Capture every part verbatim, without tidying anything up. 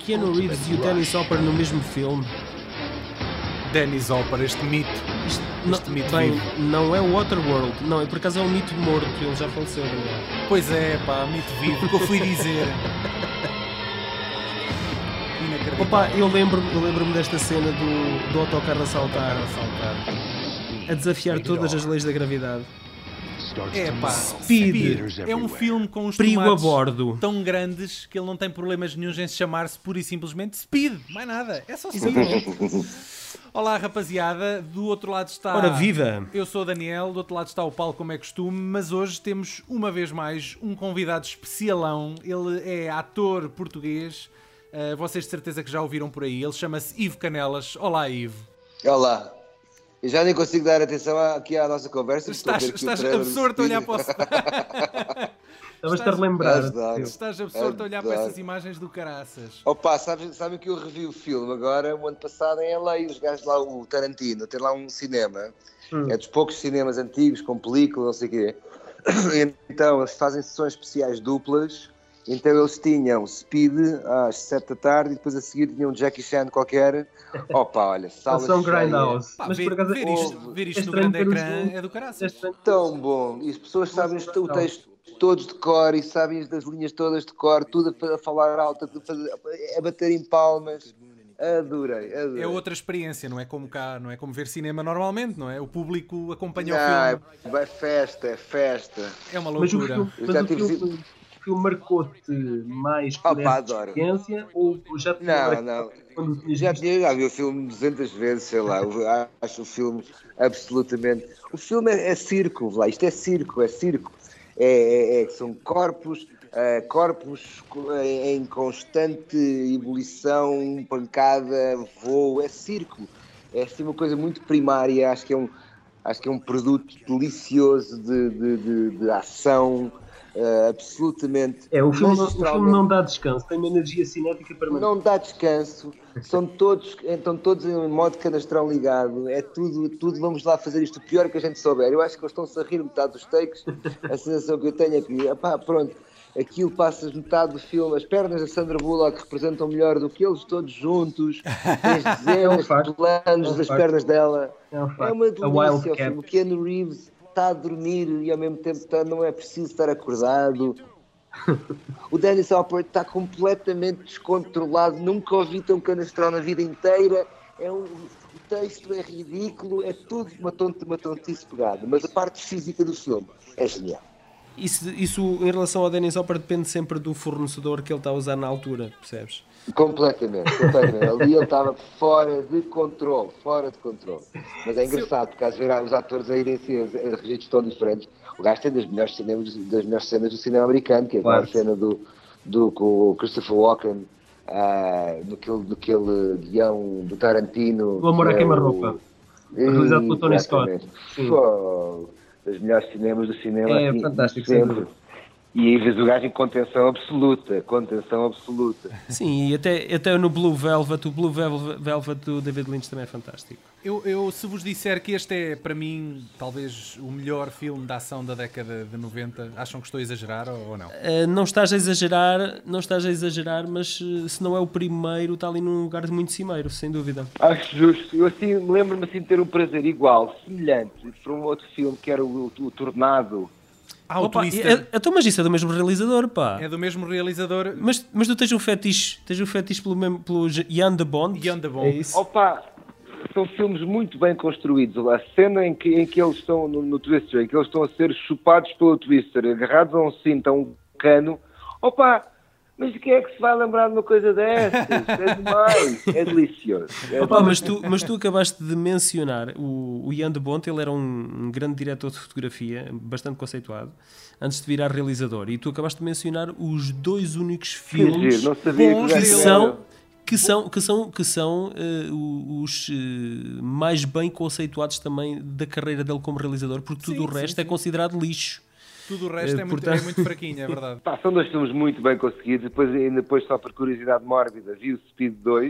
Keanu Reeves e o Dennis Hopper no mesmo filme. Dennis Hopper, este mito. Isto, este não, mito bem, vivo. não é o Waterworld, não, é por acaso é um mito morto, ele já faleceu. Não. Pois é, pá, mito vivo, que eu fui dizer. Inacreditável. Opa, eu lembro-me eu lembro desta cena do, do autocarro a saltar, a saltar. a desafiar todas as leis da gravidade. É pá, Speed. Speed é um filme com os Perigo a tomates bordo. tão grandes que ele não tem problemas nenhum em se chamar-se pura e simplesmente Speed, mais nada, é só Speed. Olá rapaziada, do outro lado está... Ora viva! Eu sou o Daniel, do outro lado está o Paulo, como é costume, mas hoje temos uma vez mais um convidado especialão. Ele é ator português, uh, vocês de certeza que já ouviram por aí, ele chama-se Ivo Canelas. Olá Ivo. Olá. Eu já nem consigo dar atenção aqui à nossa conversa. Estás, estás absorto a olhar para o... Estavas-te a relembrar. Estás absorto a olhar para essas imagens do caraças. Opa, sabem sabe que eu revi o filme agora, o ano passado em L A, os gajos lá, o Tarantino, tem lá um cinema, hum. é dos poucos cinemas antigos, com película, não sei o quê. Então, eles fazem sessões especiais duplas, então eles tinham Speed às sete da tarde e depois a seguir tinham um Jackie Chan qualquer. Opa, olha, salas cheias. Grindhouse. Mas ver, por acaso, ver isto, ver isto no grande ecrã é do caraças. Tão bom. E as pessoas sabem o texto todos de cor e sabem das linhas todas de cor, tudo a falar alto, a bater em palmas. Adorei, adorei. É outra experiência, não é como cá, não é como ver cinema normalmente, não é? O público acompanha não, o filme. É festa, é festa. É uma loucura. Mas o filme, mas o filme, o filme marcou-te mais por Opa, essa experiência ou já te Não, não. Quando já, tinha, já vi o filme duzentas vezes, sei lá. Eu acho o filme absolutamente... O filme é, é circo, lá. Isto é circo, é circo. É, é, é, são corpos, é, corpos em constante ebulição, pancada, voo, é circo. É assim uma coisa muito primária, acho que é um, acho que é um produto delicioso de, de, de, de ação, uh, absolutamente... É, o filme, o filme não dá descanso, tem uma energia cinética permanente. Não dá descanso, são todos, estão todos em modo canastrão ligado, é tudo, tudo, vamos lá fazer isto o pior que a gente souber. Eu acho que eles estão-se a rir metade dos takes, a sensação que eu tenho é que, epá, pronto, aquilo passas metade do filme, as pernas da Sandra Bullock representam melhor do que eles todos juntos, tens dezenas é um de planos é um das facto. pernas dela, é, um é uma delícia o filme. O Keanu Reeves está a dormir e ao mesmo tempo está, não é preciso estar acordado. O Dennis Hopper está completamente descontrolado, nunca ouvi tão canastrão na vida inteira. É um, o texto é ridículo, é tudo uma, tonta, uma tontice pegada, mas a parte física do filme é genial. Isso, isso em relação ao Dennis Hopper depende sempre do fornecedor que ele está a usar na altura, percebes? Completamente, completamente. Ali ele estava fora de controle, fora de controle. Mas é engraçado, porque às vezes os atores a irem-se a registros tão diferentes. O gajo tem das melhores, cinemas, das melhores cenas do cinema americano, que é claro. A cena do, do, com o Christopher Walken, uh, naquele, naquele guião do Tarantino. O Amor à Queima-Roupa, realizado pelo Tony Scott. Pô, dos melhores cinemas do cinema. É assim, fantástico, sempre. E aí vês o gajo em contenção absoluta, contenção absoluta. Sim, e até, até no Blue Velvet, o Blue Velvet, Velvet do David Lynch também é fantástico. Eu, eu, se vos disser que este é, para mim, talvez o melhor filme de ação da década de noventa, acham que estou a exagerar ou, ou não? Uh, não estás a exagerar, não estás a exagerar, mas uh, se não é o primeiro, está ali num lugar muito cimeiro, sem dúvida. Acho justo. Eu assim, lembro-me assim de ter um prazer igual, semelhante, para um outro filme que era o, o, o Tornado. Ah, o Opa, Twister. É, então, mas isso é do mesmo realizador, pá. É do mesmo realizador. Mas, mas tu tens um fetiche, tens um fetiche pelo, mesmo, pelo Jan de Bond? Jan de Bond. É isso? Opa, são filmes muito bem construídos. A cena em que, em que eles estão no, no Twister, em que eles estão a ser chupados pelo Twister, agarrados a um cinto, a um cano. Opa, mas quem é que se vai lembrar de uma coisa dessas? É demais. É delicioso. É Opa, mas, tu, mas tu acabaste de mencionar o, o Jan de Bont, ele era um, um grande diretor de fotografia, bastante conceituado, antes de virar realizador. E tu acabaste de mencionar os dois únicos filmes que, não sabia que, que são... Que são, que são, que são uh, os uh, mais bem conceituados também da carreira dele como realizador, porque tudo sim, o resto sim, é considerado lixo. Tudo o resto é, muito, é muito fraquinho, é verdade. Pá, são dois filmes muito bem conseguidos. Depois, e depois, só por curiosidade mórbida, vi o Speed dois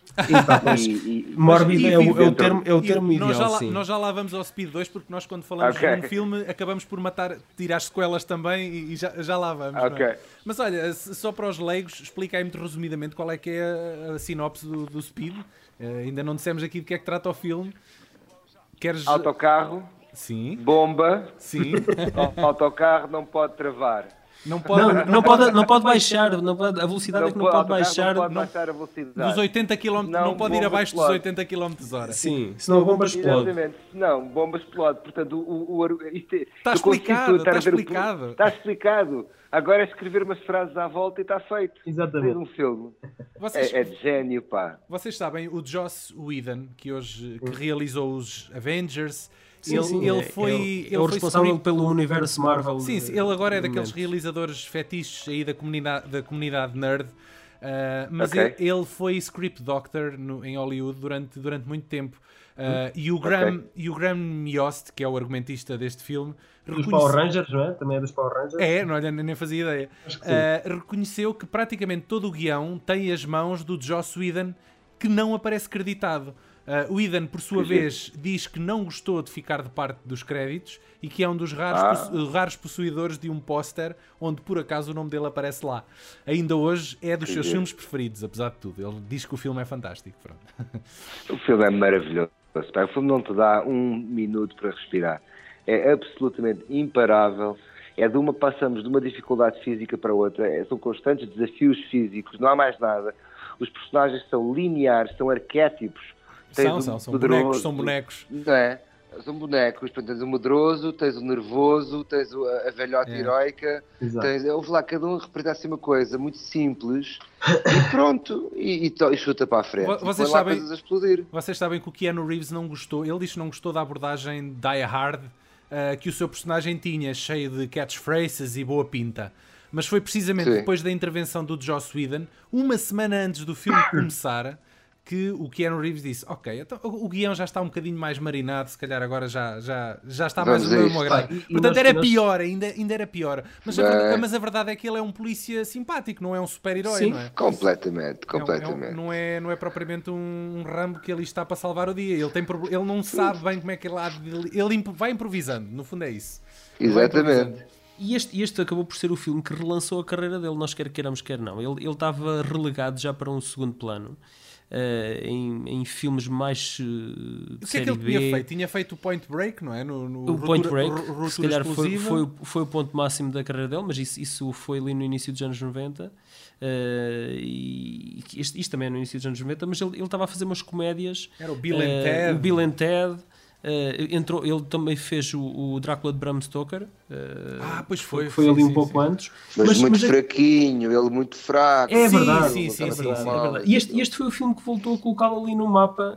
E, e, mórbido é, o, é o termo, é o termo ideal, nós já, lá, sim. nós já lá vamos ao Speed dois, porque nós quando falamos okay. de um filme acabamos por matar, tirar as sequelas também e, e já, já lá vamos. Okay. Não é? Mas olha, só para os leigos, explica aí muito resumidamente qual é que é a, a sinopse do, do Speed. Uh, ainda não dissemos aqui de que é que trata o filme. Queres... Autocarro, sim. Bomba, sim. O autocarro não pode travar. Não pode, não, não pode, não pode baixar, não pode, a velocidade não é que não pode, pode baixar. Não pode baixar a velocidade. Dos oitenta quilómetros, não, não pode ir abaixo explode. Dos oitenta quilómetros hora. Sim, senão a bomba explode. Exatamente, não, bomba explode. Portanto, o, o, o, isto, está explicado, está explicado. Está explicado. Agora é escrever umas frases à volta e está feito. Exatamente. Um filme. Vocês, é, é de gênio, pá. Vocês sabem, o Joss Whedon, que hoje que realizou os Avengers... Sim, ele, sim, ele é, foi, é, ele é o foi responsável script... pelo universo Marvel. Sim, sim, ele agora é daqueles realizadores fetiches aí da comunidade, da comunidade nerd, uh, mas okay. ele, ele foi script doctor no, em Hollywood durante, durante muito tempo. Uh, e, o Graham, okay. e o Graham Yost, que é o argumentista deste filme, dos reconhece... Power Rangers, não é? Também é dos Power Rangers. É, não, nem fazia ideia. Uh, reconheceu que praticamente todo o guião tem as mãos do Joss Whedon, que não aparece creditado. Uh, o Whedon, por sua vez, diz que não gostou de ficar de parte dos créditos e que é um dos raros, ah. possu- raros possuidores de um póster onde por acaso o nome dele aparece lá. Ainda hoje é dos seus filmes preferidos, apesar de tudo. Ele diz que o filme é fantástico. Pronto. O filme é maravilhoso. O filme não te dá um minuto para respirar. É absolutamente imparável. É de uma, passamos de uma dificuldade física para outra. É, são constantes desafios físicos. Não há mais nada. Os personagens são lineares, são arquétipos. Tens são, são, são poderoso, bonecos, são bonecos. Não é? São bonecos. Tens o medroso, tens o nervoso, tens a velhota é. heroica. Tens, houve lá, cada um representa assim uma coisa muito simples e pronto, e, e, e chuta para a frente. Vocês e sabem, a explodir. Vocês sabem que o Keanu Reeves não gostou, ele disse que não gostou da abordagem Die Hard uh, que o seu personagem tinha, cheio de catchphrases e boa pinta. Mas foi precisamente Sim. depois da intervenção do Joss Whedon, uma semana antes do filme começar, que o Keanu Reeves disse, ok, então o guião já está um bocadinho mais marinado, se calhar agora já, já, já está mais Vamos o meu agrado. Portanto, nós, era nós... pior, ainda, ainda era pior. Mas a, verdade, mas a verdade é que ele é um polícia simpático, não é um super-herói, não é? Completamente, completamente. É um, é um, não, é, não é propriamente um Rambo que ali está para salvar o dia. Ele, tem, ele não sabe bem como é que ele há de... Ele vai improvisando, no fundo é isso. Exatamente. E este, este acabou por ser o filme que relançou a carreira dele, nós quer queiramos, quer não. Ele, ele estava relegado já para um segundo plano. Uh, em, em filmes mais uh, o que é que ele B. tinha feito? Tinha feito o Point Break, não é? No, no o Ruptura, Point Break, Ruptura se calhar foi, Explosiva. foi, foi o ponto máximo da carreira dele, mas isso, isso foi ali no início dos anos noventa. Uh, e isto, isto também é no início dos anos noventa, mas ele, ele estava a fazer umas comédias. Era o Bill uh, and Ted. O Bill and Ted. Uh, entrou, ele também fez o, o Drácula de Bram Stoker. Uh, ah, pois foi. Foi sim, ali um sim, pouco sim. antes. Mas, mas muito mas, fraquinho, ele muito fraco. É verdade. Sim, sim, sim, sim, sim, é verdade. E este, este foi o filme que voltou a colocá-lo ali no mapa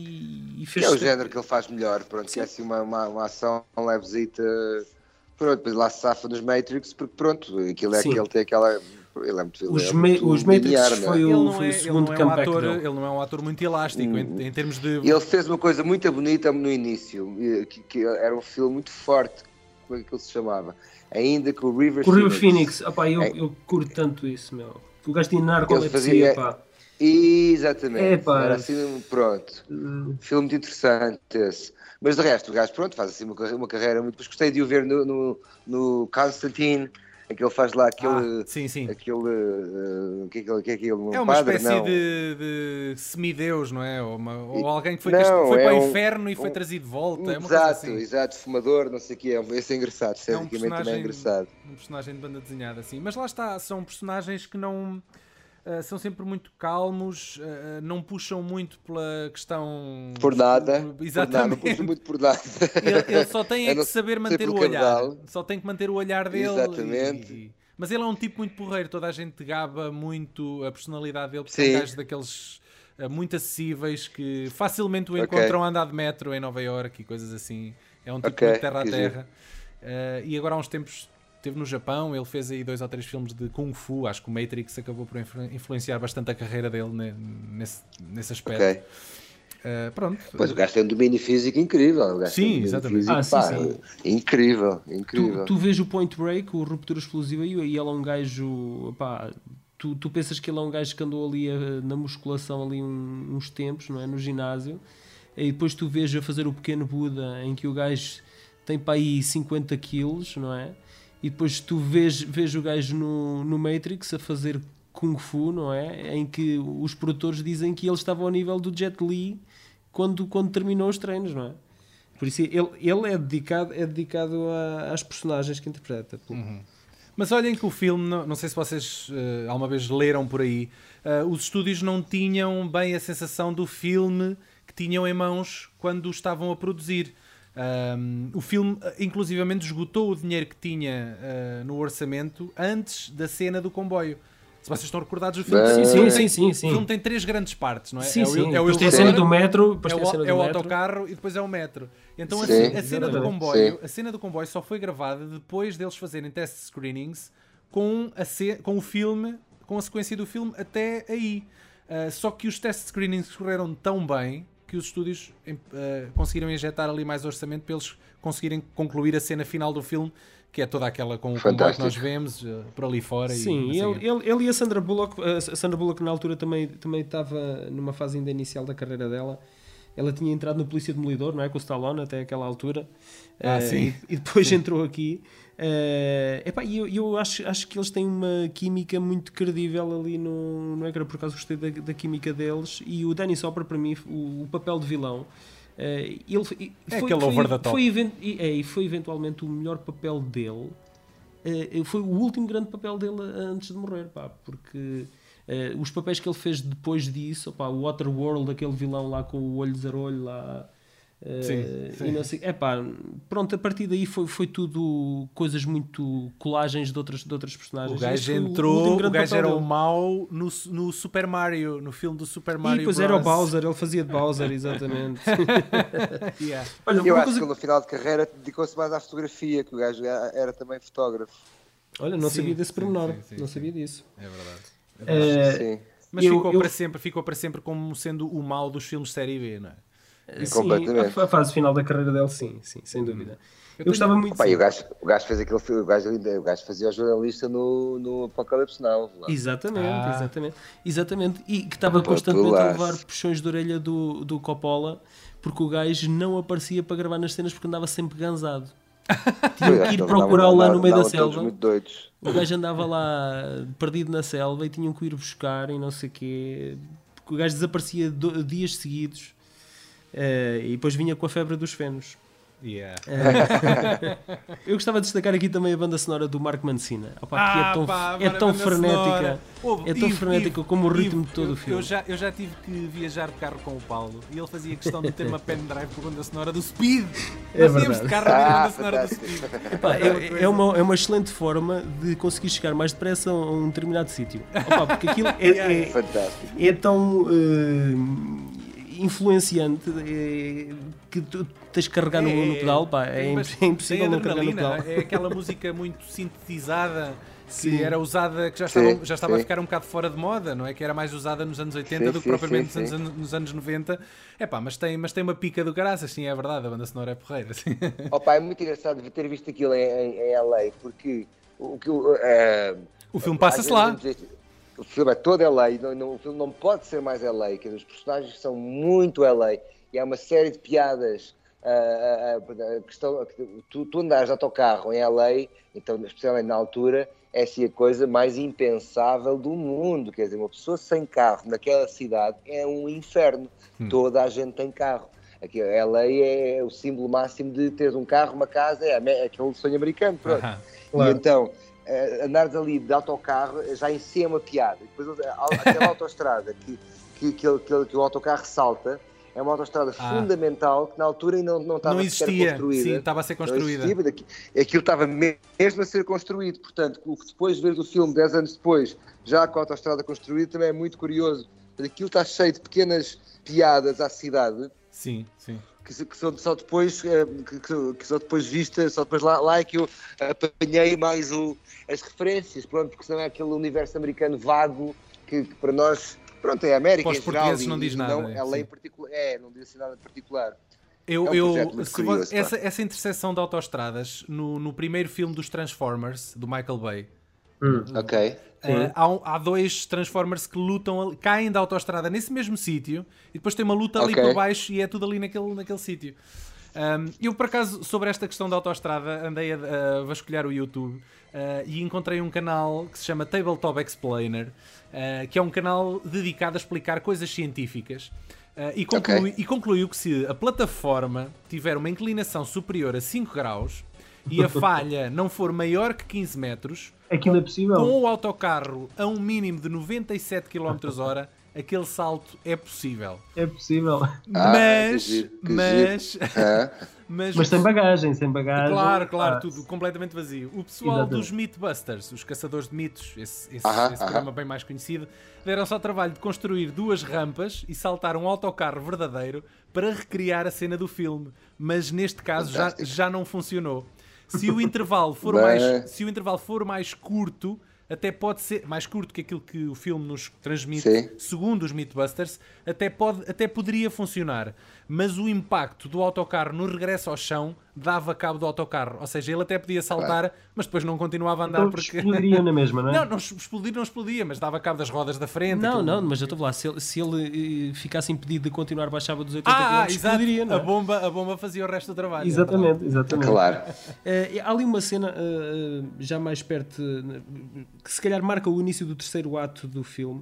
e, e fez. É o género que ele faz melhor. Pronto, que é assim uma, uma, uma ação levezita. Pronto, depois lá se safa nos Matrix, porque pronto, aquilo é sim. que ele tem aquela. Ele é muito, os, é ma muito os Matrix linear, foi, é? o, foi é, o segundo ele comeback é um ator, dele. Ele não é um ator muito elástico hum. em, em termos de... Ele fez uma coisa muito bonita no início, que, que era um filme muito forte, como é que ele se chamava? Ainda com o River com Phoenix. O River Phoenix, opá, eu, é. eu curto tanto isso, meu. O gajo tinha narcolepsia, pá. Exatamente, é, pá. Era assim, pronto. Uh. Filme muito interessante esse. Mas de resto, o gajo, pronto, faz assim uma, uma carreira muito... Mas gostei de o ver no, no, no Constantine. É que ele faz lá aquele. Ah, sim, sim. Aquele. O uh, que, que, que é aquilo? É uma padre, espécie não. de, de semideus, não é? Ou, uma, ou alguém que foi, não, foi é para o um, inferno e foi um, trazido de volta. É uma exato, coisa assim. exato, fumador, não sei o que é. Esse é engraçado, é um também é engraçado. Um personagem de banda desenhada, assim. Mas lá está, são personagens que não. Uh, são sempre muito calmos, uh, não puxam muito pela questão... Por nada, exatamente. Por nada, não puxam muito por nada. Ele, ele só tem é que saber manter o olhar. Cabedal. Só tem que manter o olhar dele. Exatamente. E, e... Mas ele é um tipo muito porreiro, toda a gente gaba muito a personalidade dele, porque é um gajo daqueles uh, muito acessíveis que facilmente o encontram okay. a andar de metro em Nova Iorque e coisas assim. É um tipo okay. muito terra a terra. Uh, e agora há uns tempos... Esteve no Japão, ele fez aí dois ou três filmes de Kung Fu, acho que o Matrix acabou por influenciar bastante a carreira dele nesse, nesse aspecto. Okay. Uh, pronto. Pois o gajo tem um domínio físico incrível. O gajo sim, um exatamente. Físico, ah, sim, pá, sim. Incrível, incrível. Tu, tu vês o Point Break, o Ruptura Explosiva, e ele é um gajo, pá, tu, tu pensas que ele é um gajo que andou ali a, na musculação ali um, uns tempos, não é? No ginásio, e depois tu vês a fazer o pequeno Buda, em que o gajo tem para aí cinquenta quilos, não é? E depois tu vês, vês o gajo no, no Matrix a fazer Kung Fu, não é? Em que os produtores dizem que ele estava ao nível do Jet Li quando, quando terminou os treinos, não é? Por isso ele, ele é dedicado, é dedicado a, às personagens que interpreta. Uhum. Mas olhem que o filme, não, não sei se vocês uh, alguma vez leram por aí, uh, os estúdios não tinham bem a sensação do filme que tinham em mãos quando o estavam a produzir. Um, o filme, inclusivamente, esgotou o dinheiro que tinha uh, no orçamento antes da cena do comboio. Se vocês estão recordados, o filme, Sim, tem, sim, tem, sim, sim, sim. O filme tem três grandes partes, não é? Sim, é sim. o, é o depois tem a cena do metro, depois é tem a o, cena do é o metro. autocarro e depois é o metro. Então a, Sim, ce- a cena do exatamente. comboio, Sim. a cena do comboio só foi gravada depois deles fazerem test screenings com, a ce- com o filme, com a sequência do filme até aí. Uh, só que os test screenings correram tão bem que os estúdios uh, conseguiram injetar ali mais orçamento para eles conseguirem concluir a cena final do filme, que é toda aquela com o comboio que nós vemos uh, por ali fora. Sim, e, ele, ele, ele e a Sandra Bullock, a Sandra Bullock na altura também, também estava numa fase ainda inicial da carreira dela. Ela tinha entrado no Polícia Demolidor, não é? Com o Stallone até aquela altura. Ah, uh, sim. E, e depois Sim. entrou aqui. Uh, epá, e eu, eu acho, acho que eles têm uma química muito credível ali no, no ecrã, por acaso gostei da, da química deles. E o Dennis Hopper, para mim, o, o papel de vilão, Uh, ele foi, É foi, aquele foi, over the top. foi, event- e, é, e foi eventualmente o melhor papel dele. Uh, foi o último grande papel dele antes de morrer, pá, porque uh, os papéis que ele fez depois disso, pá, o Waterworld, aquele vilão lá com o olho de zarolho lá, uh, Sim, sim. e não sei, é pá, pronto, a partir daí foi, foi tudo coisas muito colagens de outras, de outras personagens. O gajo Este foi último entrou, o grande gajo papel era o dele. mau no, no Super Mario, no filme do Super Mario E depois Bros. era o Bowser, ele fazia de Bowser, exatamente. Yeah. Olha, Eu uma acho coisa que no final de carreira dedicou-se mais à fotografia, que o gajo era também fotógrafo. Olha, não Sim, sabia desse sim, pormenor, sim, sim, não sim. sabia disso. É verdade. Eh, Sim. Mas eu- ficou, eu- Para sempre, ficou para sempre como sendo o mau dos filmes de série B, não é? sim, completamente. a, a fase final da carreira dele, sim, sim, sem dúvida. Eu, tenho- gostava muito. Opa, sim. e o gajo, o gajo fez aquele filme, o gajo, ainda- o gajo fazia o jornalista no, no Apocalipse Now. Lá. Exatamente, Ah. exatamente, exatamente. E que estava Pô, constantemente a tulaço. levar puxões de orelha do, do Coppola, porque o gajo não aparecia para gravar nas cenas porque andava sempre gansado. Tinham que ir procurá-lo lá no meio da selva. Muito doidos. O gajo andava lá perdido na selva e tinham que o ir buscar e não sei o quê. Porque o gajo desaparecia do- dias seguidos. Eh, e depois vinha com a febre dos fenos. Yeah. Eu gostava de destacar aqui também a banda sonora do Mark Mancina, Opa, que Ah, é tão, pá, é agora tão a banda frenética, sonora. Ouve, é tão Ivo, frenética Ivo, como o ritmo Ivo, de todo eu, o filme. Eu já, eu já tive que viajar de carro com o Paulo e ele fazia questão de ter uma pendrive com a banda sonora do Speed. É Nós íamos de verdade. carro a ver a Ah, banda sonora do fantástico. Speed. Epá, Era é, coisa- é uma, é uma excelente forma de conseguir chegar mais depressa a um determinado sítio. Opa, porque aquilo é, é, Fantástico. é tão eh, influenciante eh, que tu tens que carregar no, no pedal, pá, é, tem imp- bastante- é impossível tem não carregar no adrenalina, pedal. É aquela música muito sintetizada que Sim. era usada, que já Sim, estava, já estava a sim. ficar um bocado fora de moda, não é? Que era mais usada nos anos oitenta Sim, do que sim, propriamente sim, nos, sim. anos, nos anos noventa. É pá, mas tem, mas tem uma pica do caraças, sim, é verdade, a banda sonora é porreira. Sim. Opa, é muito engraçado ter visto aquilo em, em, em L A, porque o que o, eh, O filme às passa-se vezes lá. vamos dizer, o filme é todo L A, não, não, o filme não pode ser mais L A, quer dizer, os personagens são muito L A e há uma série de piadas. ah, ah, ah, que estão- que tu, tu andares de autocarro em L A, então, especialmente na altura, é assim a coisa mais impensável do mundo. Quer dizer, uma pessoa sem carro naquela cidade é um inferno. Hum. Toda a gente tem carro. Aqui, a L A é o símbolo máximo de teres um carro, uma casa, é, é aquele sonho americano. Pronto. Aham. Claro. E então, eh, andares ali de autocarro já em si é uma piada. E depois a- aquela autoestrada que, que, que, ele- que, ele- que o autocarro salta é uma autoestrada Ah. fundamental que na altura ainda não, não estava Não sequer existia, construída. sim, estava a ser Não construída. existia, mas aqui- aquilo estava me- mesmo a ser construído. Portanto, o que depois de ver o filme, dez anos depois, já com a autoestrada construída, também é muito curioso. Aquilo está cheio de pequenas piadas à cidade Sim, sim. que, se- que são só depois eh, que, que- que são depois vistas, só depois lá, lá é que eu apanhei mais o, as referências, pronto, porque senão é aquele universo americano vago que, que para nós, pronto, é a América Para os em geral portugueses e- não diz e nada, não, é, ela sim. em particular, é, não diz assim nada em particular. Eu, É um eu- projeto muito se vo- curioso, pá. essa, essa interseção de autoestradas no, no primeiro filme dos Transformers, do Michael Bay, Hum, ok. Uh, há, um, há dois Transformers que lutam, ali, caem da autoestrada nesse mesmo sítio e depois tem uma luta ali Ok. por baixo e é tudo ali naquele, naquele sítio. Um, eu, por acaso, sobre esta questão da autoestrada, andei a, a vasculhar o YouTube uh, e encontrei um canal que se chama Tabletop Explainer, uh, que é um canal dedicado a explicar coisas científicas. Uh, e, conclui, Ok. e concluiu que se a plataforma tiver uma inclinação superior a cinco graus e a falha não for maior que quinze metros, Aquilo é possível. com o autocarro a um mínimo de noventa e sete quilómetros por hora, aquele salto é possível. É possível. Ah, mas, que giro, que mas, Ah, mas, Mas sem bagagem, sem bagagem. claro, claro, Ah, tudo completamente vazio. O pessoal Exatamente. dos Mythbusters, os caçadores de mitos, esse, esse, Aham, esse aham. programa bem mais conhecido, deram-se ao trabalho de construir duas rampas e saltar um autocarro verdadeiro para recriar a cena do filme. Mas neste caso já, Fantástico. já não funcionou. Se o intervalo for Bem. mais, se o intervalo for mais curto, até pode ser mais curto que aquilo que o filme nos transmite, Sim. segundo os Mythbusters, até, pode, até poderia funcionar. Mas o impacto do autocarro no regresso ao chão dava cabo do autocarro. Ou seja, ele até podia saltar, mas depois não continuava a andar Então porque... explodiria na mesma, não é? Não, não explodir não explodia, mas dava cabo das rodas da frente. Não, aquilo- não, mas eu estou lá. Se ele, se ele eh, ficasse impedido de continuar, baixava dos oitenta Ah, ah, quilómetros, exato. explodiria, não A é? bomba, a bomba fazia o resto do trabalho. Exatamente, exatamente. claro. Eh, há ali uma cena eh, já mais perto, eh, que se calhar marca o início do terceiro ato do filme,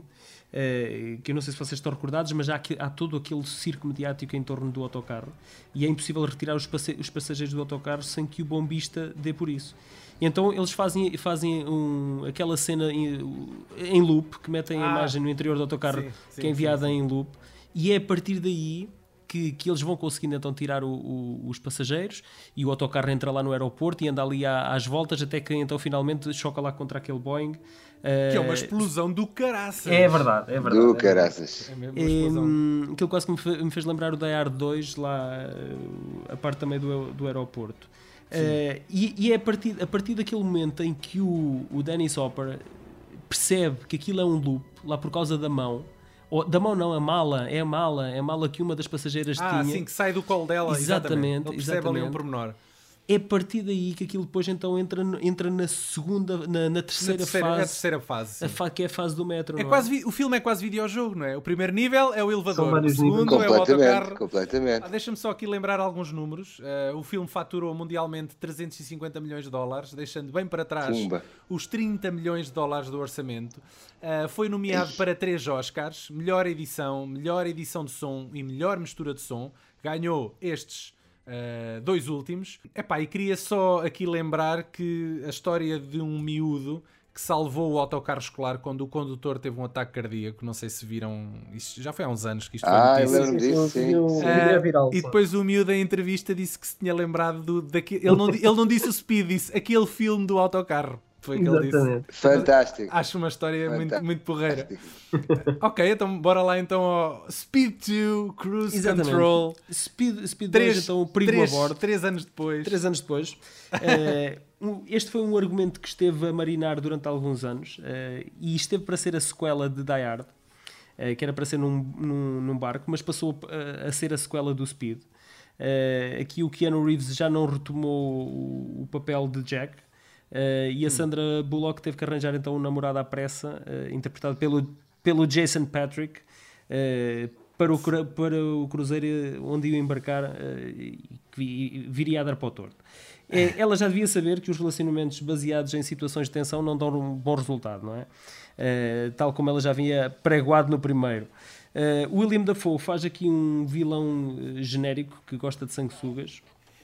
eh, que eu não sei se vocês estão recordados, mas há, aqui- há todo aquele circo mediático em torno do autocarro e é impossível retirar os, passe- os passageiros do autocarro sem que o bombista dê por isso. E então eles fazem, fazem um, aquela cena em, em loop, que metem a Ah, imagem no interior do autocarro sim, sim, que é enviada sim, em loop, e é a partir daí que, que eles vão conseguindo então tirar o- o- os passageiros e o autocarro entra lá no aeroporto e anda ali à- às voltas até que então finalmente choca lá contra aquele Boeing. Que é uma Eh, explosão do caraças. É verdade, é verdade. Do caraças. É mesmo uma explosão. Hum, aquilo quase que me, fe- me fez lembrar o Die Hard dois, lá eh, a parte também do, do aeroporto. Eh, e e é a partir, a partir daquele momento em que o, o Dennis Hopper percebe que aquilo é um loop, lá por causa da mão, ou, da mão não, a mala, é a mala, é a mala que uma das passageiras Ah, tinha. sim, que sai do colo dela. Exatamente, Ele percebe ali um exatamente. pormenor. É a partir daí que aquilo depois então entra, no- entra na segunda, na, na Na terceira, terceira, é a fase, terceira fase. sim. a fa- que é a fase do metro. É não quase, vi- o filme é quase videojogo, não é? O primeiro nível é o elevador, o vários segundo níveis. é o Completamente, autocarro. completamente. Ah, deixa-me só aqui lembrar alguns números. Uh, o filme faturou mundialmente trezentos e cinquenta milhões de dólares, deixando bem para trás Pumba. os trinta milhões de dólares do orçamento. Uh, foi nomeado para três Oscars, melhor edição, melhor edição de som e melhor mistura de som. Ganhou estes uh, dois últimos. Epá, e queria só aqui lembrar que a história de um miúdo que salvou o autocarro escolar quando o condutor teve um ataque cardíaco. Não sei se viram, isso já foi há uns anos que isto Ah, foi eu notícia. lembro-me disso, sim. Eu- sim. eu- é Ah, viral, e só. depois o miúdo em entrevista disse que se tinha lembrado do, daquele, ele, não, di- ele não disse o Speed, disse aquele filme do autocarro. Foi o que ele disse. Exatamente. Fantástico. Acho uma história muito, Fantástico. muito porreira. Ok, então bora lá então ao Speed dois, Cruise Exatamente. Control. Speed, Speed Três, dois, então o perigo três, a bordo. três anos depois. Três anos depois. Eh, um- este foi um argumento que esteve a marinar durante alguns anos eh, e esteve para ser a sequela de Die Hard, eh, que era para ser num, num, num barco, mas passou a, a ser a sequela do Speed. Eh, aqui o Keanu Reeves já não retomou o, o papel de Jack eh, e a Sandra Bullock teve que arranjar então um namorado à pressa, eh, interpretado pelo, pelo Jason Patrick, eh, para o, cru- para o cruzeiro onde ia embarcar eh, e que vi- viria a dar para o torto. Eh, ela já devia saber que os relacionamentos baseados em situações de tensão não dão um bom resultado, não é? Eh, tal como ela já havia pregoado no primeiro. Eh, William Dafoe faz aqui um vilão eh, genérico que gosta de sanguessugas.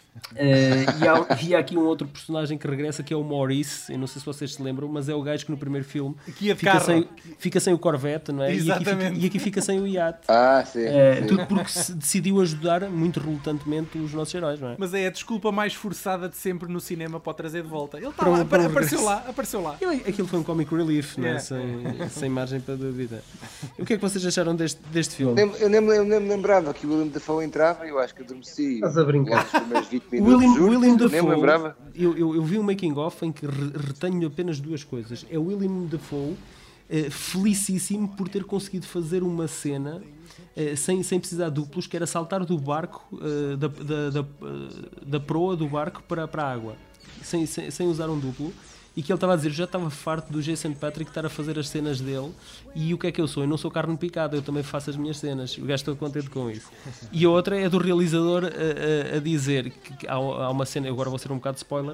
Eh, e, há, e há aqui um outro personagem que regressa, que é o Maurice. Eu não sei se vocês se lembram, mas é o gajo que no primeiro filme Que ia de fica carro. sem, fica sem o Corvette, não é? E aqui, fica, Exatamente. e aqui fica sem o iate. Ah, sim. Eh, sim. tudo porque se decidiu ajudar muito relutantemente os nossos heróis, não é? Mas é a desculpa mais forçada de sempre no cinema para o trazer de volta. Ele está Para um- lá, para um apareceu regresso. lá, apareceu lá. Eu- Aquilo foi um comic relief, não é? Yeah. sem, sem margem para dúvida. O que é que vocês acharam deste, deste filme? Nem- Eu nem, me- eu nem me lembrava que o William Dafoe entrava e eu acho que adormeci. Estás a brincar. Logo nos primeiros vinte O minutos. William, juro, William nem Dafoe, me lembrava. eu, eu, eu vi um making of em que re- retenho apenas duas coisas. É o William Dafoe eh, felicíssimo por ter conseguido fazer uma cena eh, sem, sem precisar de duplos, que era saltar do barco, eh, da, da, da, eh, da proa do barco para, para a água, sem, sem, sem usar um duplo. e que ele estava a dizer, já estava farto do Jason Patrick estar a fazer as cenas dele, e o que é que eu sou? Eu não sou carne picada, eu também faço as minhas cenas. O gajo estou contente com isso. E a outra é do realizador a, a, a dizer que, que há, há uma cena, agora vou ser um bocado de spoiler,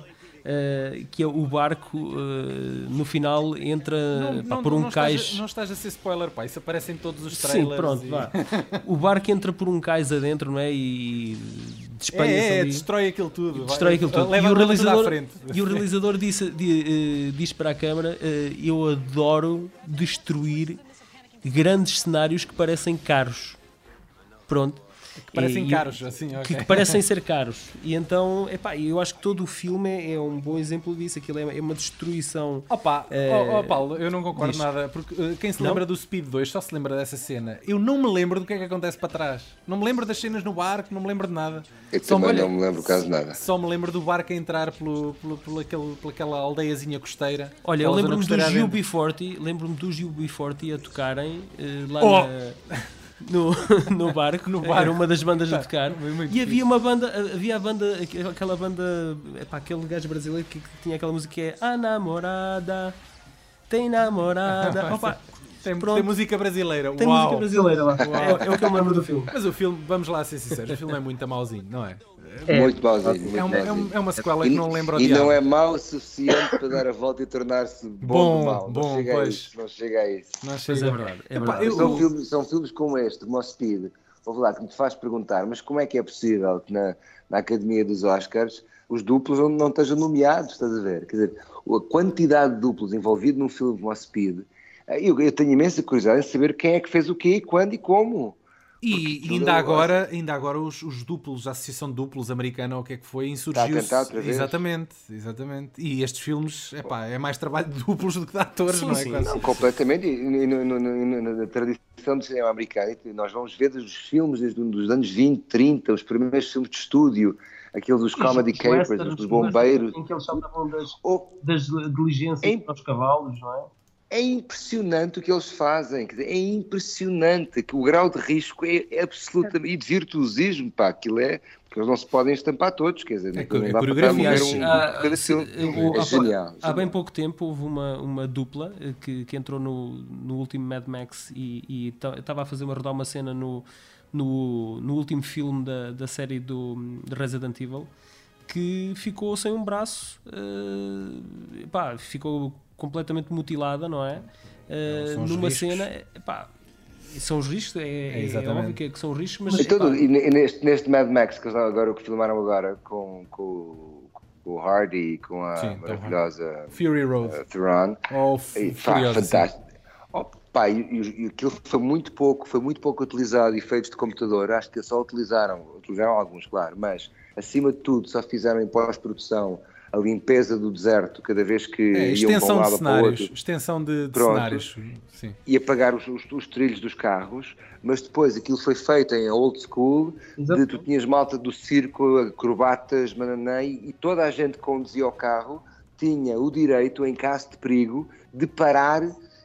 uh, que é o barco uh, no final entra Não, pá, não, por um não cais. Estás, não estás a ser spoiler, pá, isso aparece em todos os trailers. Sim, pronto, e... vá. O barco entra por um cais adentro, não é? E despenha-se É, é, ali. destrói aquilo tudo. Destrói vai, aquilo tudo. Leva, e, o leva tudo à realizador, frente. e o realizador disse, di- eh, diz para a câmara: eh, eu adoro destruir grandes cenários que parecem caros. Pronto. Que parecem E- e- caros, assim, que, ok. que parecem ser caros. E então, epá, eu acho que todo o filme é, é um bom exemplo disso. Aquilo é, é uma destruição. Opa, Eh, oh, oh, Paulo, eu não concordo diz. nada, porque uh, quem se Não? lembra do Speed dois só se lembra dessa cena. Eu não me lembro do que é que acontece para trás. Não me lembro das cenas no barco, não me lembro de nada. Eu Só me- também não me lembro quase nada. Só me lembro do barco a entrar pelo, pelo, pelo aquele, pelaquela aldeiazinha costeira. Olha, eu Aquela zona lembro-me costeira dos adentro. U B quarenta, lembro-me dos U B quarenta a tocarem eh, lá Oh! na- no, no barco, No barco. era uma das bandas a Tá, tocar. muito E havia uma banda, havia a banda, aquela banda, epá, aquele gajo brasileiro que, que tinha aquela música que é A Namorada, tem namorada. Opa, Tem, pronto. tem música brasileira. tem Uau. música brasileira lá. Uau. É, é o que eu me lembro do filme. Mas o filme, vamos lá ser sinceros, o filme é muito mauzinho, não é? É. Muito mauzinho. muito É uma, é mauzinho. uma- é uma sequela que E, não lembra o e diabo. não é mau o suficiente para dar a volta e tornar-se bom, Bom, do mal. bom, não chega pois. a isso. Não chega a isso. Não Pois chega. é verdade, é Epá, verdade. eu- São, filmes, são filmes como este, como o Speed, ouve lá, que me faz perguntar, mas como é que é possível que na, na Academia dos Oscars os duplos não, não estejam nomeados, estás a ver? Quer dizer, a quantidade de duplos envolvidos num filme como o Speed, eu, eu tenho imensa curiosidade em saber quem é que fez o quê, quando e como. E Porque ainda tudo- agora, ainda agora os, os duplos, a Associação de Duplos Americana, ou o que é que foi, Está a insurgiu-se. tentar outra vez? Exatamente, exatamente. E estes filmes, epá, é mais trabalho de duplos do que de atores, Sim, não é? sim, Quase. Não, completamente. E, e no- no- no- no- na tradição do cinema americano, nós vamos ver desde os filmes desde os anos vinte, trinta, os primeiros filmes de estúdio, aqueles dos comedy Os capers, westerns, os dos os bombeiros. Em que eles saltavam das, Oh, das diligências Em- aos cavalos, não é? é impressionante o que eles fazem, quer dizer, é impressionante que o grau de risco é, é absolutamente. E de virtuosismo, pá, aquilo é. Porque eles não se podem estampar todos, quer dizer, É não co- é dá para coreografia, estar a acho. mover um, Ah, um cada se- filme. o- É há- genial. Há bem pouco tempo houve uma, uma dupla eh, que, que entrou no, no último Mad Max e estava a fazer uma rodar uma cena no, no, no último filme da, da série do de Resident Evil, que ficou sem um braço, eh, pá, ficou completamente mutilada, não é? Eh, São os numa riscos. cena, eh, pá, são os riscos, é, é, exatamente. óbvio que, é- que são os riscos, mas E, todo, epá, e ne- neste, neste Mad Max que eles agora, que filmaram agora com, com, com o Hardy e com a Sim, maravilhosa Fury Road. uh, Theron, Ou e, pá, Furiosa. sim. fantástico. Oh, pá, e, e, e aquilo foi muito pouco, foi muito pouco utilizado, efeitos de computador, acho que só utilizaram, utilizaram alguns, claro, mas acima de tudo só fizeram em pós-produção a limpeza do deserto cada vez que É, iam para um extensão de lado ou para o cenários. outro. Extensão de, de Pronto. cenários. Sim. E apagar os, os, os trilhos dos carros, mas depois aquilo foi feito em old school, Exato. de tu tinhas malta do circo, acrobatas, mananei, e toda a gente que conduzia o carro tinha o direito, em caso de perigo, de parar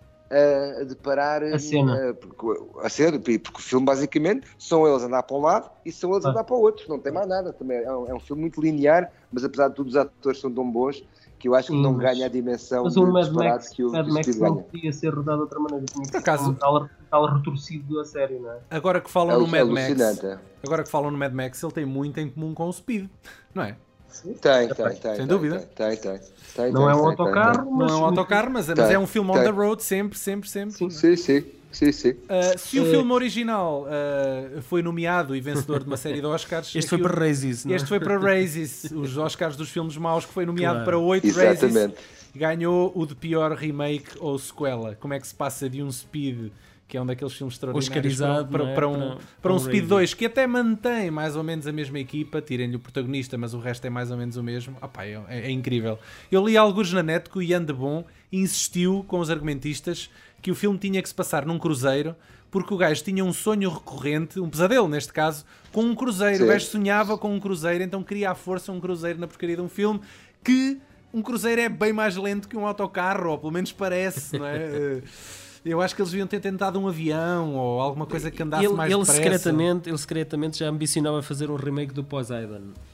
uh, de parar A cena. uh, porque, a cena, porque o filme basicamente são eles a andar para um lado e são eles a Ah. andar para o outro, não tem mais nada. Também é um, é um filme muito linear, mas apesar de tudo os atores são tão bons que eu acho que Sim, não mas- ganha a dimensão Mas de o Mad disparate Max, que o, Mad que o Max Speed não ganha. podia ser rodado de outra maneira. Tinha que Por acaso- ser um tal, tal retorcido a sério, não é? Agora que falam É no alu- Mad Max, alucinante. é. agora que falam no Mad Max, ele tem muito em comum com o Speed, não é? Tem, tem, tem. Sem tem, dúvida. Tem, tem, tem. Tem, Não tem, é um tem, autocarro, Não mas é um autocarro, mas, mas Tem, é um filme on tem. the road, sempre, sempre, sempre. tem. Sim, sim, sim, sim. Uh, se o Eh, filme original uh, foi nomeado e vencedor de uma série de Oscars, este foi aqui o- para Razies, não é? este foi para Razies, os Oscars dos filmes maus, que foi nomeado Claro. para oito Razies. Exatamente. Ganhou o de pior remake ou sequela. Como é que se passa de um Speed, que é um daqueles filmes extraordinários, Oscarizado, para, não é? para um, Para- para para um um Speed Razzie. dois, que até mantém mais ou menos a mesma equipa, tirem-lhe o protagonista, mas o resto é mais ou menos o mesmo. Ah, pá, é, é incrível. Eu li alguns na net que o Ian de Bon insistiu com os argumentistas que o filme tinha que se passar num cruzeiro, porque o gajo tinha um sonho recorrente, um pesadelo neste caso, com um cruzeiro. Sim. O gajo sonhava com um cruzeiro, então queria à força um cruzeiro na porcaria de um filme que um cruzeiro é bem mais lento que um autocarro, ou pelo menos parece, não é? Eh, Eu acho que eles deviam ter tentado um avião ou alguma coisa que andasse ele, mais ele depressa. secretamente, ele secretamente já ambicionava fazer um remake do Poseidon.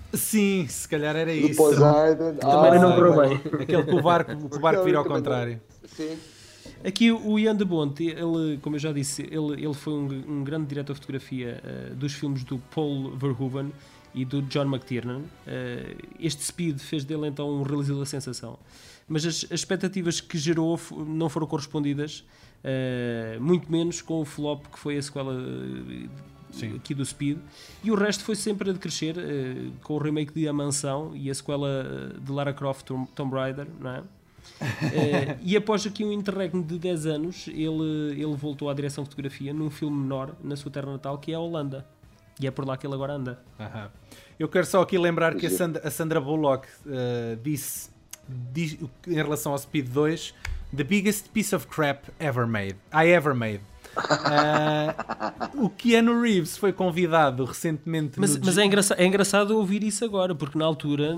Sim, se calhar era Do isso. Poseidon. Também Ah, não correu bem. bem. Aquele que o barco, que o barco vira ao contrário. Sim. Aqui o Jan de Bont, ele, como eu já disse, ele, ele foi um, um grande diretor de fotografia uh, dos filmes do Paul Verhoeven e do John McTiernan. Uh, este Speed fez dele então um realizador de sensação. Mas as, as expectativas que gerou f- não foram correspondidas, uh, muito menos com o flop que foi a sequela uh, Sim. aqui do Speed. E o resto foi sempre a decrescer, uh, com o remake de A Mansão e a sequela de Lara Croft Tom- Tomb Raider, não é? Uh, e após aqui um interregno de dez anos, ele, ele voltou à direção de fotografia num filme menor na sua terra natal, que é a Holanda. E é por lá que ele agora anda. Aham. Eu quero só aqui lembrar que a Sandra, a Sandra Bullock uh, disse, diz, em relação ao Speed dois: The biggest piece of crap ever made. I ever made. Uh, o Keanu Reeves foi convidado recentemente Mas, no mas é, engraça, é engraçado ouvir isso agora, porque na altura,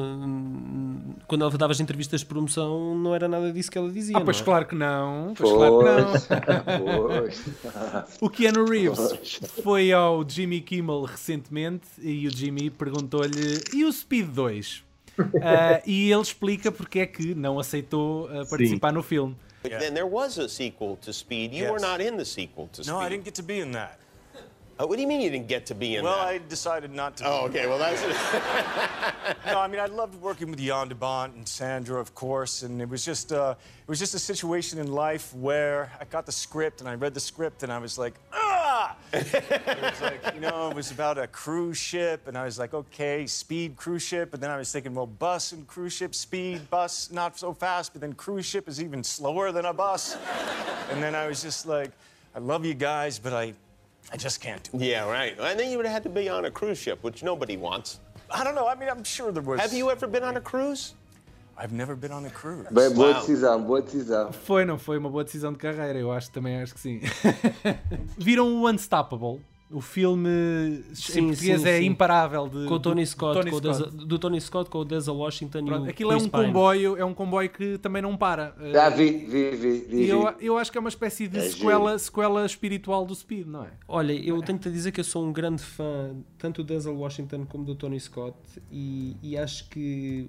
no, quando ela dava as entrevistas de promoção, não era nada disso que ela dizia. Ah, pois não é? claro que não. Pois claro que não. Pois. O Keanu Reeves foi ao Jimmy Kimmel recentemente e o Jimmy perguntou-lhe: e o Speed dois? Uh, e ele explica porque é que não aceitou uh, participar no filme. But then there was a sequel to Speed. You Yes. were not in the sequel to Speed. No, I didn't get to be in that. Uh, what do you mean you didn't get to be in Well, that? I decided not to. Oh, okay. Well, that's it. No, I mean, I loved working with Jan de Bont and Sandra, of course, and it was just, uh, it was just a situation in life where I got the script and I read the script and I was like, ah! It was like, you know, it was about a cruise ship, and I was like, okay, speed cruise ship, and then I was thinking, well, bus and cruise ship, speed, bus, not so fast, but then cruise ship is even slower than a bus, and then I was just like, I love you guys, but I, I just can't do it. Yeah, right. And then you would have had to be on a cruise ship, which nobody wants. I don't know. I mean, I'm sure there was. Have you ever been on a cruise? I've never been on a cruise. Bem, boa Uau. decisão, boa decisão. Foi, não foi uma boa decisão de carreira, eu acho também acho que sim. Viram o Unstoppable? O filme Sim, em português sim, é sim. imparável de, Com o Tony do- Scott, Tony com o Scott. Denzel- do Tony Scott com o Denzel Washington Pronto, e o aquilo é Chris um Pine. comboio, é um comboio que também não para. Já Uh, vi, vi, vi, vi. E eu, vi. eu acho que é uma espécie de É sequela, sequela espiritual do Speed, não é? Olha, eu tenho-te a dizer que eu sou um grande fã tanto do Denzel Washington como do Tony Scott e, e acho que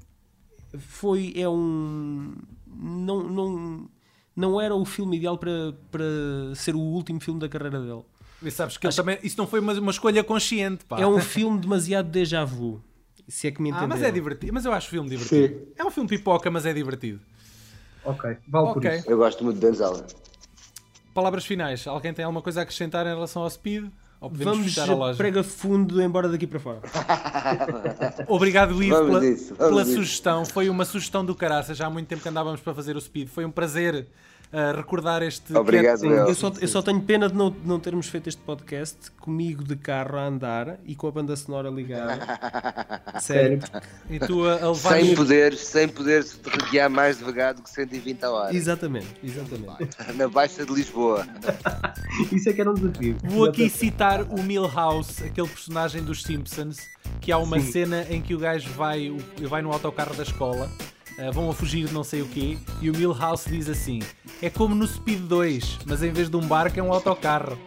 foi, é um... Não, não, não era o filme ideal para, para ser o último filme da carreira dele. E sabes que ele também, isso não foi uma, uma escolha consciente, pá. É um filme demasiado déjà vu, se é que me Ah, entenderam. mas é divertido. Mas eu acho o filme divertido. É um filme pipoca, mas é divertido. Ok, vale por Ok. isso. Eu gosto muito de Denzel. Palavras finais. Alguém tem alguma coisa a acrescentar em relação ao Speed? Ou podemos Vamos fechar a loja? prega fundo embora daqui para fora. Obrigado, Ivo, Vamos pela, disso, vamos pela disso. sugestão. Foi uma sugestão do caraça. Já há muito tempo que andávamos para fazer o Speed. Foi um prazer uh, recordar este... Obrigado, que é- eu. Eu só, eu só tenho pena de não, de não termos feito este podcast comigo de carro a andar e com a banda sonora ligada. Sério. E tu a, a levar... Sem poderes, sem poderes de guiar mais devagar do que cento e vinte a hora. Exatamente, exatamente. Na Baixa de Lisboa. Isso é que era um desafio. Vou aqui citar o Milhouse, aquele personagem dos Simpsons, que há uma Sim. cena em que o gajo vai, o- vai no autocarro da escola, uh, vão a fugir de não sei o quê, e o Milhouse diz assim: é como no Speed dois, mas em vez de um barco é um autocarro.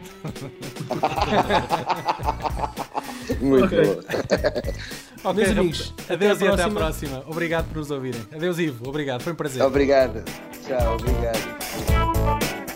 Muito Ok. bom. Ok, Meus amigos, adeus até e à até à próxima. próxima. Obrigado por nos ouvirem. Adeus, Ivo. Obrigado. Foi um prazer. Obrigado. Tchau, obrigado.